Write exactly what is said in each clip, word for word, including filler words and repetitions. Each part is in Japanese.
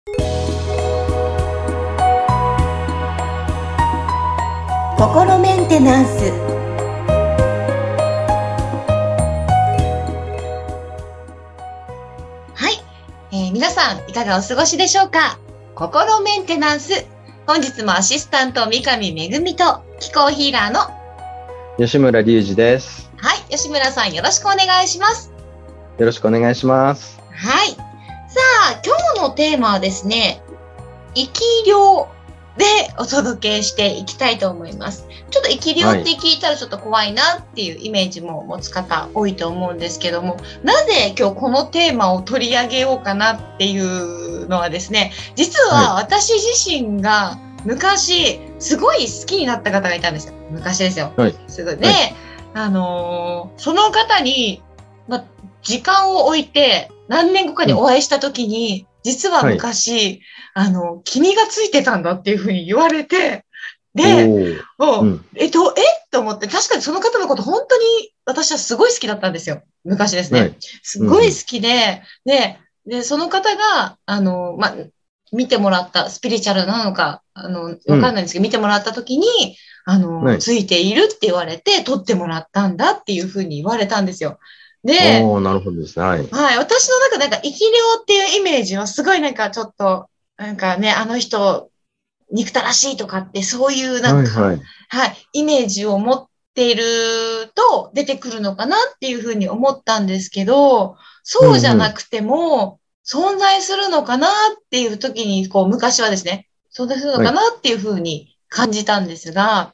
心メンテナンス。はい、えー、皆さんいかがお過ごしでしょうか。心メンテナンス、本日もアシスタント三上めぐみと気候ヒーラーの吉村隆二です。 はい、吉村さんよろしくお願いします。 よろしくお願いします。 はい、さあ今日のテーマはですね、生き量でお届けしていきたいと思います。ちょっと生き量って聞いたらちょっと怖いなっていうイメージも持つ方多いと思うんですけども、なぜ今日このテーマを取り上げようかなっていうのはですね、実は私自身が昔すごい好きになった方がいたんですよ。昔ですよ。 はい、 すごい。で、はい、あのー、その方に、ま、時間を置いて何年後かにお会いした時に、うん、実は昔、はい、あの、君がついてたんだっていうふうに言われて、で、もう、うん、えっと、えと思って、確かにその方のこと本当に私はすごい好きだったんですよ。昔ですね。はい、すごい好きで、うん、で、で、その方が、あの、ま、見てもらった、スピリチュアルなのか、あの、わかんないんですけど、うん、見てもらった時に、あの、はい、ついているって言われて、撮ってもらったんだっていうふうに言われたんですよ。で、 おー、なるほどですね。はい。 はい。私の中でなんか生き量っていうイメージはすごいなんかちょっと、なんかね、あの人、憎たらしいとかってそういうなんか、はい、はいはい、イメージを持っていると出てくるのかなっていうふうに思ったんですけど、そうじゃなくても存在するのかなっていう時に、こう昔はですね、存在するのかなっていうふうに感じたんですが、はい、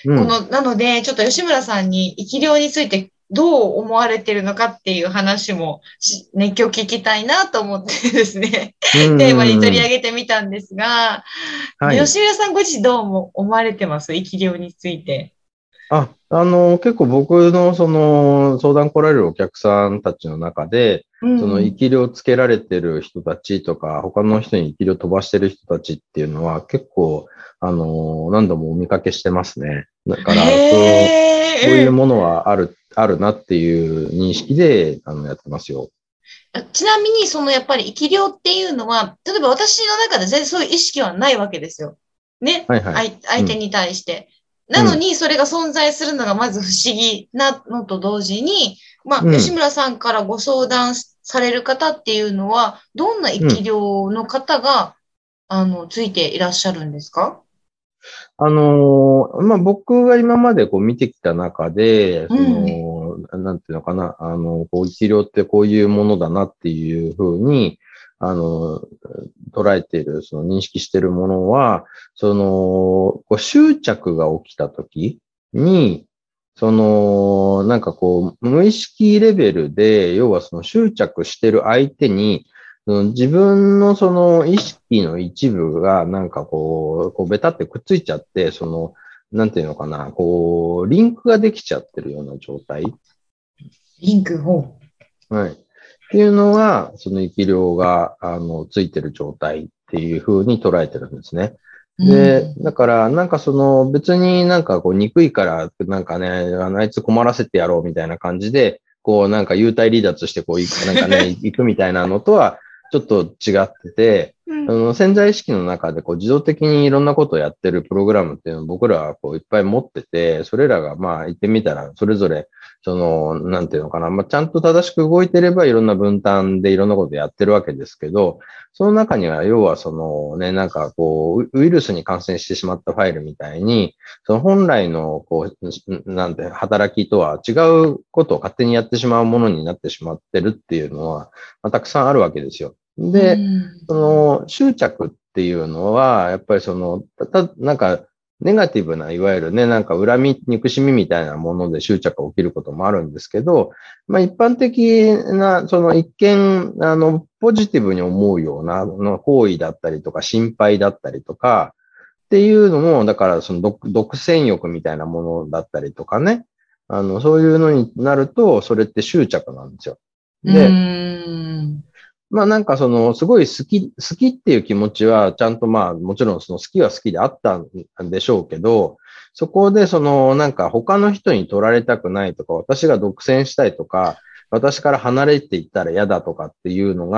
この、なので、ちょっと吉村さんに生き量についてどう思われてるのかっていう話も、ね、今日聞きたいなと思ってですね、テーマに取り上げてみたんですが、はい、吉村さんご自身どうも思われてます？生き量について。 あ、あの、結構僕のその相談来られるお客さんたちの中で、うん、その生き量つけられてる人たちとか、他の人に生き量飛ばしてる人たちっていうのは結構、あの、何度もお見かけしてますね。だから、そういうものはある、あるなっていう認識で、あの、やってますよ。 ちなみに、そのやっぱり生き量っていうのは、例えば私の中で全然そういう意識はないわけですよ。ね。はいはい、相手に対して。うん、なのに、それが存在するのがまず不思議なのと同時に、まあ、うん、吉村さんからご相談される方っていうのは、どんな生き量の方が、うん、あの、ついていらっしゃるんですか？ あのー、まあ、僕が今までこう見てきた中で、その、うん、なんていうのかな、あの、こう、生き量ってこういうものだなっていうふうに、あの、捉えている、その認識しているものは、その、こう執着が起きたときに、その、なんかこう、無意識レベルで、要はその執着している相手に、自分のその意識の一部がなんかこう、こうベタってくっついちゃって、その、なんていうのかな、こう、リンクができちゃってるような状態。 リンクを。 はい。っていうのが、その生き量が、あの、ついてる状態っていう風に捉えてるんですね。で、だから、なんかその、別になんかこう、憎いから、なんかね、あの、あいつ困らせてやろうみたいな感じで、こう、なんか幽体離脱して、こう、なんかね、行くみたいなのとは、ちょっと違ってて、うん、あの潜在意識の中でこう自動的にいろんなことをやってるプログラムっていうのを僕らはこういっぱい持ってて、それらがまあ言ってみたら、それぞれ、その、なんていうのかな、まあちゃんと正しく動いてればいろんな分担でいろんなことやってるわけですけど、その中には要はそのね、なんかこう、ウイルスに感染してしまったファイルみたいに、その本来のこう、なんて、働きとは違うことを勝手にやってしまうものになってしまってるっていうのは、まあ、たくさんあるわけですよ。で、その執着っていうのは、やっぱりその、た、なんか、ネガティブな、いわゆるね、なんか恨み、憎しみみたいなもので執着が起きることもあるんですけど、まあ一般的な、その一見、あの、ポジティブに思うような、の行為だったりとか、心配だったりとか、っていうのも、だからその独、独占欲みたいなものだったりとかね、あの、そういうのになると、それって執着なんですよ。で、まあなんかその、すごい好き、好きっていう気持ちは、ちゃんとまあ、もちろんその好きは好きであったんでしょうけど、そこでその、なんか他の人に取られたくないとか、私が独占したいとか、私から離れていったら嫌だとかっていうのが、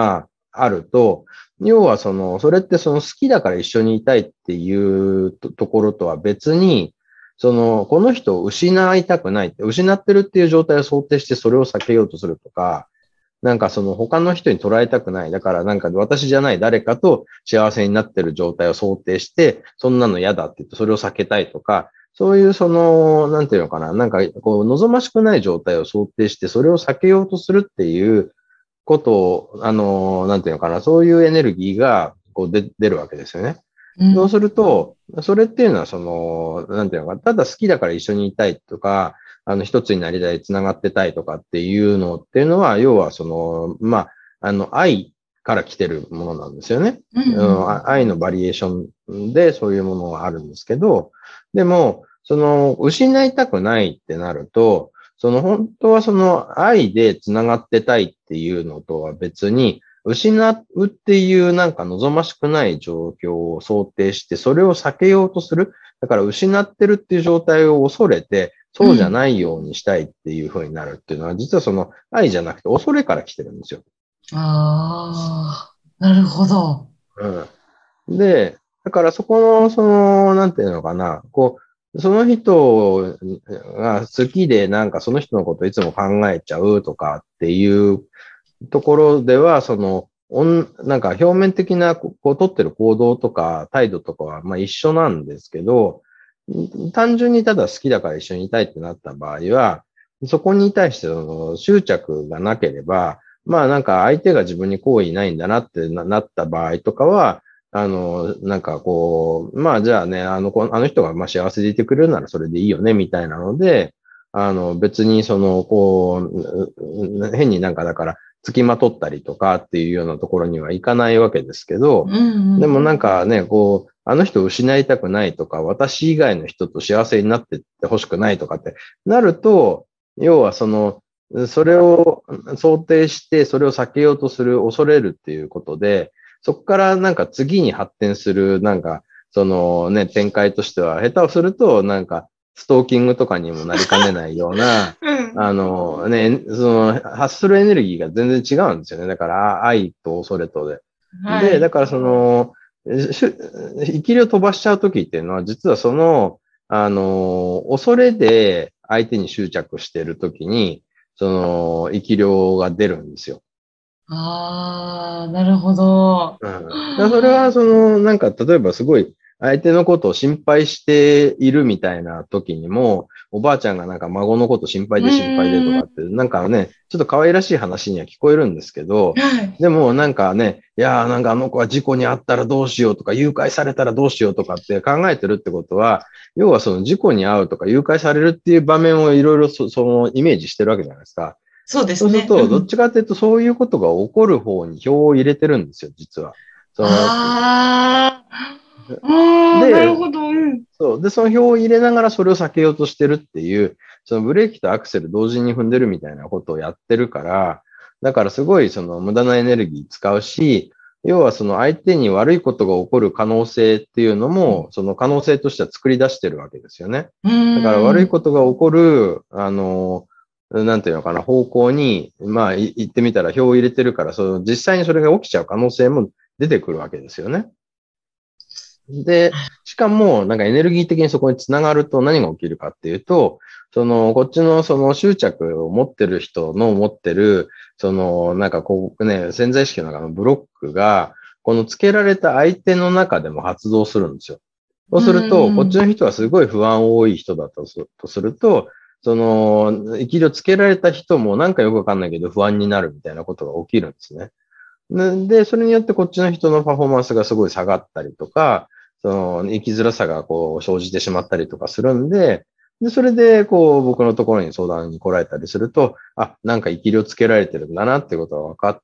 あると、要はその、それってその好きだから一緒にいたいっていうとところとは別に、その、この人を失いたくないって、失ってるっていう状態を想定してそれを避けようとするとか、なんかその他の人に捉えたくない。だからなんか私じゃない誰かと幸せになってる状態を想定して、そんなの嫌だって言ってそれを避けたいとか、そういうその、なんていうのかな、なんかこう望ましくない状態を想定して、それを避けようとするっていうことを、あの、なんていうのかな、そういうエネルギーがこう出出るわけですよね。そうすると、それっていうのは、その、なんていうのかな、ただ好きだから一緒にいたいとか、あの、一つになりたい、繋がってたいとかっていうのっていうのは、要はその、まあ、あの、愛から来てるものなんですよね。 うんうん、 あ愛のバリエーションでそういうものがあるんですけど、でも、その、失いたくないってなると、その本当はその愛で繋がってたいっていうのとは別に、失うっていうなんか望ましくない状況を想定して、それを避けようとする。だから失ってるっていう状態を恐れて、そうじゃないようにしたいっていう風になるっていうのは、実はその愛じゃなくて恐れから来てるんですよ。 ああ、なるほど。 うん。で、だからそこの、その、なんていうのかな、こう、その人が好きでなんかその人のこといつも考えちゃうとかっていうところでは、その、おんなんか表面的なこう取ってる行動とか態度とかはまあ一緒なんですけど、単純にただ好きだから一緒にいたいってなった場合は、そこに対してその執着がなければ、まあなんか相手が自分に好意ないんだなってななった場合とかは、あの、なんかこう、まあじゃあね、あの子、あの人がまあ幸せでいてくれるならそれでいいよね、みたいなので、あの別にその、こう、変になんかだから、付きまとったりとかっていうようなところにはいかないわけですけど、 うんでもなんかね、こう、あの人を失いたくないとか、私以外の人と幸せになってってほしくないとかってなると、要はその、それを想定して、それを避けようとする、恐れるっていうことで、そこからなんか次に発展する、なんか、そのね、展開としては、下手をすると、なんか、ストーキングとかにもなりかねないような、 うん。 あのね、その発するエネルギーが全然違うんですよね。だから愛と恐れとで。で、だはい。 からその、生きりを飛ばしちゃうときっていうのは、実はその、あの、恐れで相手に執着しているときに、その、生き量が出るんですよ。 ああ、なるほど。 うん。だからそれは、その、なんか、例えばすごい、相手のことを心配しているみたいな時にも、おばあちゃんがなんか孫のこと心配うで心配でとーん。 かって、なんかね、ちょっと可愛らしい話には聞こえるんですけど、 はい。 でもなんかね、いやーなんかあの子は事故に遭ったらどうしようとか、誘拐されたらどうしようとかって考えてるってことは、要はその事故に遭うとか誘拐されるっていう場面をいろいろそそのイメージしてるわけじゃないですか。 そうですね。うそうすると、どっん。 ちかっていうと、そういうことが起こる方に票を入れてるんですよ、実は。その、 ああ、ああ、なるで、 ほど。うん。 そう。で、その票を入れながらそれを避けようとしてるっていう、そのブレーキとアクセル同時に踏んでるみたいなことをやってるから、だからすごいその無駄なエネルギー使うし、要はその相手に悪いことが起こる可能性っていうのも、その可能性としては作り出してるわけですよね。 うだからーん。 悪いことが起こる、あの、なんていうのかな、方向に、まあ、い行ってみたら票を入れてるから、その実際にそれが起きちゃう可能性も出てくるわけですよね。で、しかも、なんかエネルギー的にそこにつながると何が起きるかっていうと、その、こっちのその執着を持ってる人の持ってる、その、なんかこうね、潜在意識の中のブロックが、このつけられた相手の中でも発動するんですよ。そううすると、こっちん。 の人はすごい不安多い人だとすとすると、その、生きりをつけられた人もなんかよくわかんないけど不安になるみたいなことが起きるんですね。で、それによってこっちの人のパフォーマンスがすごい下がったりとか、その生きづらさがこう生じてしまったりとかするんで、で、それでこう僕のところに相談に来られたりすると、あ、なんか生き量つけられてるんだなっていうことが分かって、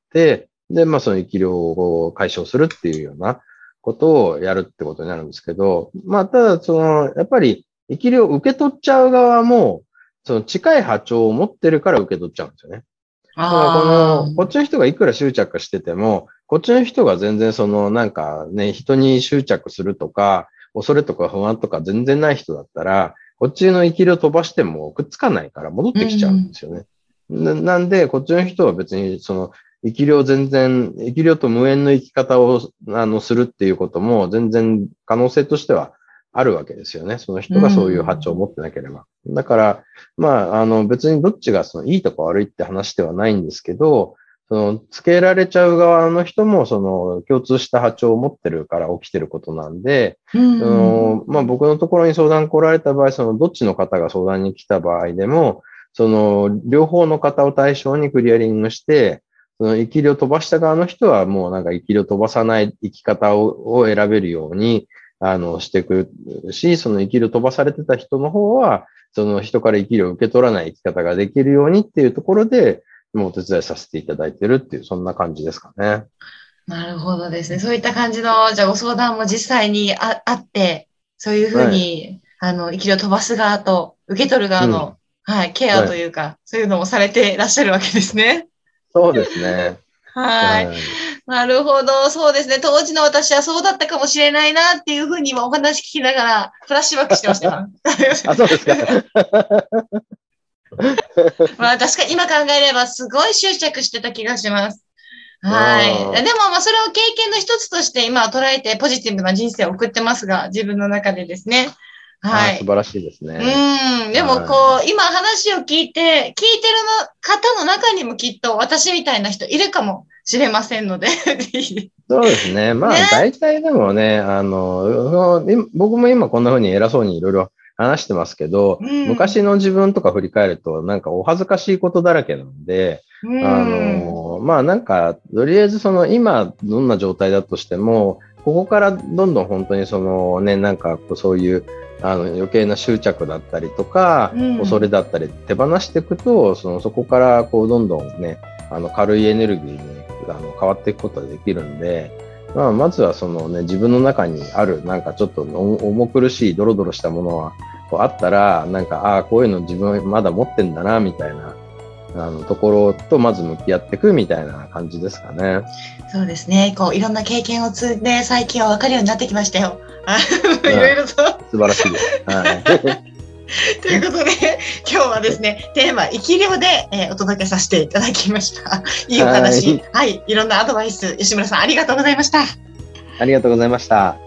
で、まあその生き量を解消するっていうようなことをやるってことになるんですけど、まあただその、やっぱり生き量を受け取っちゃう側も、その近い波長を持ってるから受け取っちゃうんですよね。だからこの、こっああ、 ちの人がいくら執着してても、こっちの人が全然そのなんかね、人に執着するとか、恐れとか不安とか全然ない人だったら、こっちの生きりを飛ばしてもくっつかないから戻っうてきちゃうんでん。 すよね。ななんで、こっちの人は別にその、 生き量全然、生き量と無縁の生き方を、あの、するっていうことも全然可能性としてはあるわけですよね。その人がそういう波長を持ってなければ。うん、だから、まあ、あの、別にどっちがそのいいとか悪いって話ではないんですけど、その、つけられちゃう側の人も、その、共通した波長を持ってるから起きてることなんで、うん、その、まあ、僕のところに相談来られた場合、その、どっちの方が相談に来た場合でも、その、両方の方を対象にクリアリングして、その、生き量を飛ばした側の人は、もうなんか生き量を飛ばさない生き方を、を選べるように、あの、していくし、その生き量を飛ばされてた人の方は、その人から生き量を受け取らない生き方ができるようにっていうところで、もうお手伝いさせていただいてるっていう、そんな感じですかね。 なるほどですね。そういった感じの、じゃあご相談も実際にああって、そういうふうに、はい、あの、生き量を飛ばす側と受け取る側の、うん、はい、ケアというか、はい、そういうのもされていらっしゃるわけですね。 そうですね。 はい。はい、なるほど。そうですね。当時の私はそうだったかもしれないなっていうふうに今お話聞きながら、フラッシュバックしてました。 あ、そうですか。 まあ確かに今考えればすごい執着してた気がします。はい。でもまあそれを経験の一つとして今は捉えてポジティブな人生を送ってますが、自分の中でですね。はい。 素晴らしいですね。 うん。でもこう、今話を聞いて、聞いてるの方の中にもきっと私みたいな人いるかもしれませんので。 そうですね。まあ、ね、大体でもね、あの、僕も今こんな風に偉そうにいろいろ話してますけど、うん、昔の自分とか振り返ると、なんかお恥ずかしいことだらけなんで、うん、あの、まあなんか、とりあえずその今どんな状態だとしても、ここからどんどん本当にそのね、なんかそういう、あの余計な執着だったりとか、うん、恐れだったり手放していくと、そのそこからこうどんどんね、あの軽いエネルギーにあの変わっていくことができるんで、まあ、まずはそのね、自分の中にあるなんかちょっと重苦しいドロドロしたものはこうあったら、なんか、ああ、こういうの自分まだ持ってんだな、みたいな、あの、ところとまず向き合っていくみたいな感じですかね。 そうですね。こう、いろんな経験を積んで、最近は分かるようになってきましたよ。いろいろと。 素晴らしいです。はい。 ということで、今日はですね、テーマ、生き量で、えー、お届けさせていただきました。いいお話、はい、はい、いろんなアドバイス、吉村さんありがとうございました。 ありがとうございました。